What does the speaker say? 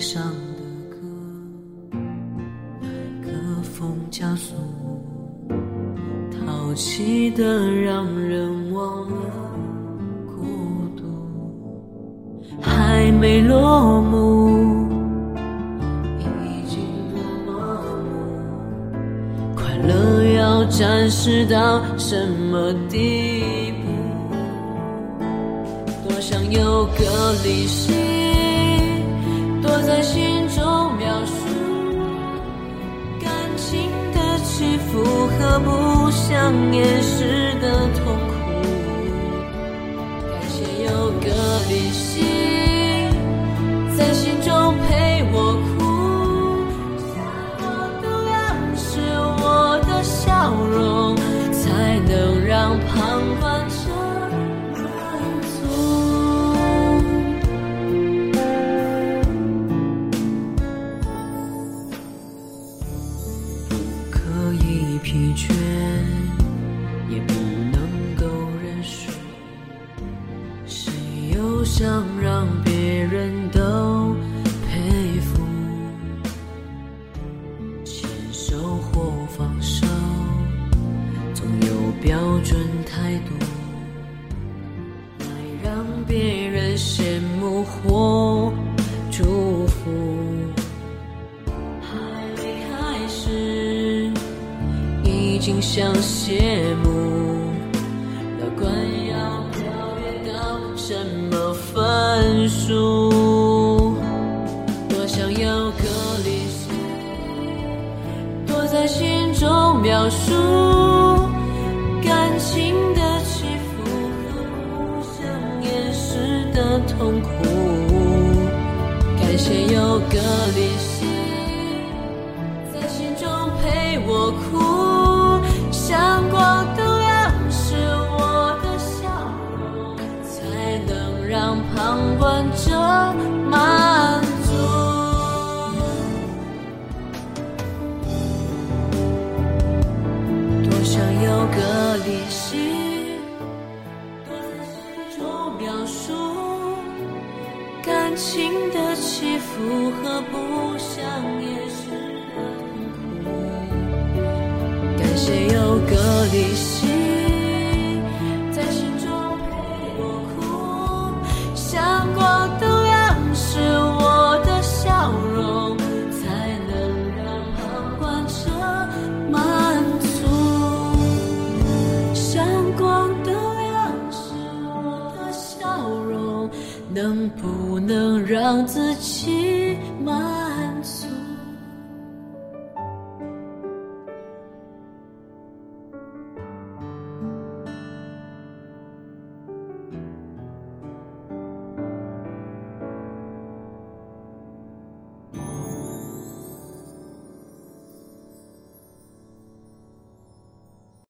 伤的歌，麦克风加速，淘气的让人忘了孤独，还没落幕，已经了麻木，快乐要展示到什么地步？多想有个理性，躲在心中描述感情的起伏和不想掩饰的痛苦。感谢有个理性在心中陪我哭，想我的样是我的笑容，才能让旁观者满足。疲倦也不能够认输，谁又想让别人都佩服？牵手或放手，总有标准态度，来让别人羡慕或祝福。已经像谢幕，乐观要跳跃到什么分数？多想有个理性，躲在心中描述感情的起伏和不想掩饰的痛苦。感谢有个理性在心中陪我哭，阳光的样是我的笑容，才能让旁观者满足。多想有个理性，躲在心中描述感情的起伏和不想掩饰的痛苦。感谢有个理性在心中陪我哭，阳光的样是我的笑容，才能让旁观者满足。阳光的样是我的笑容，能不能让自己满足？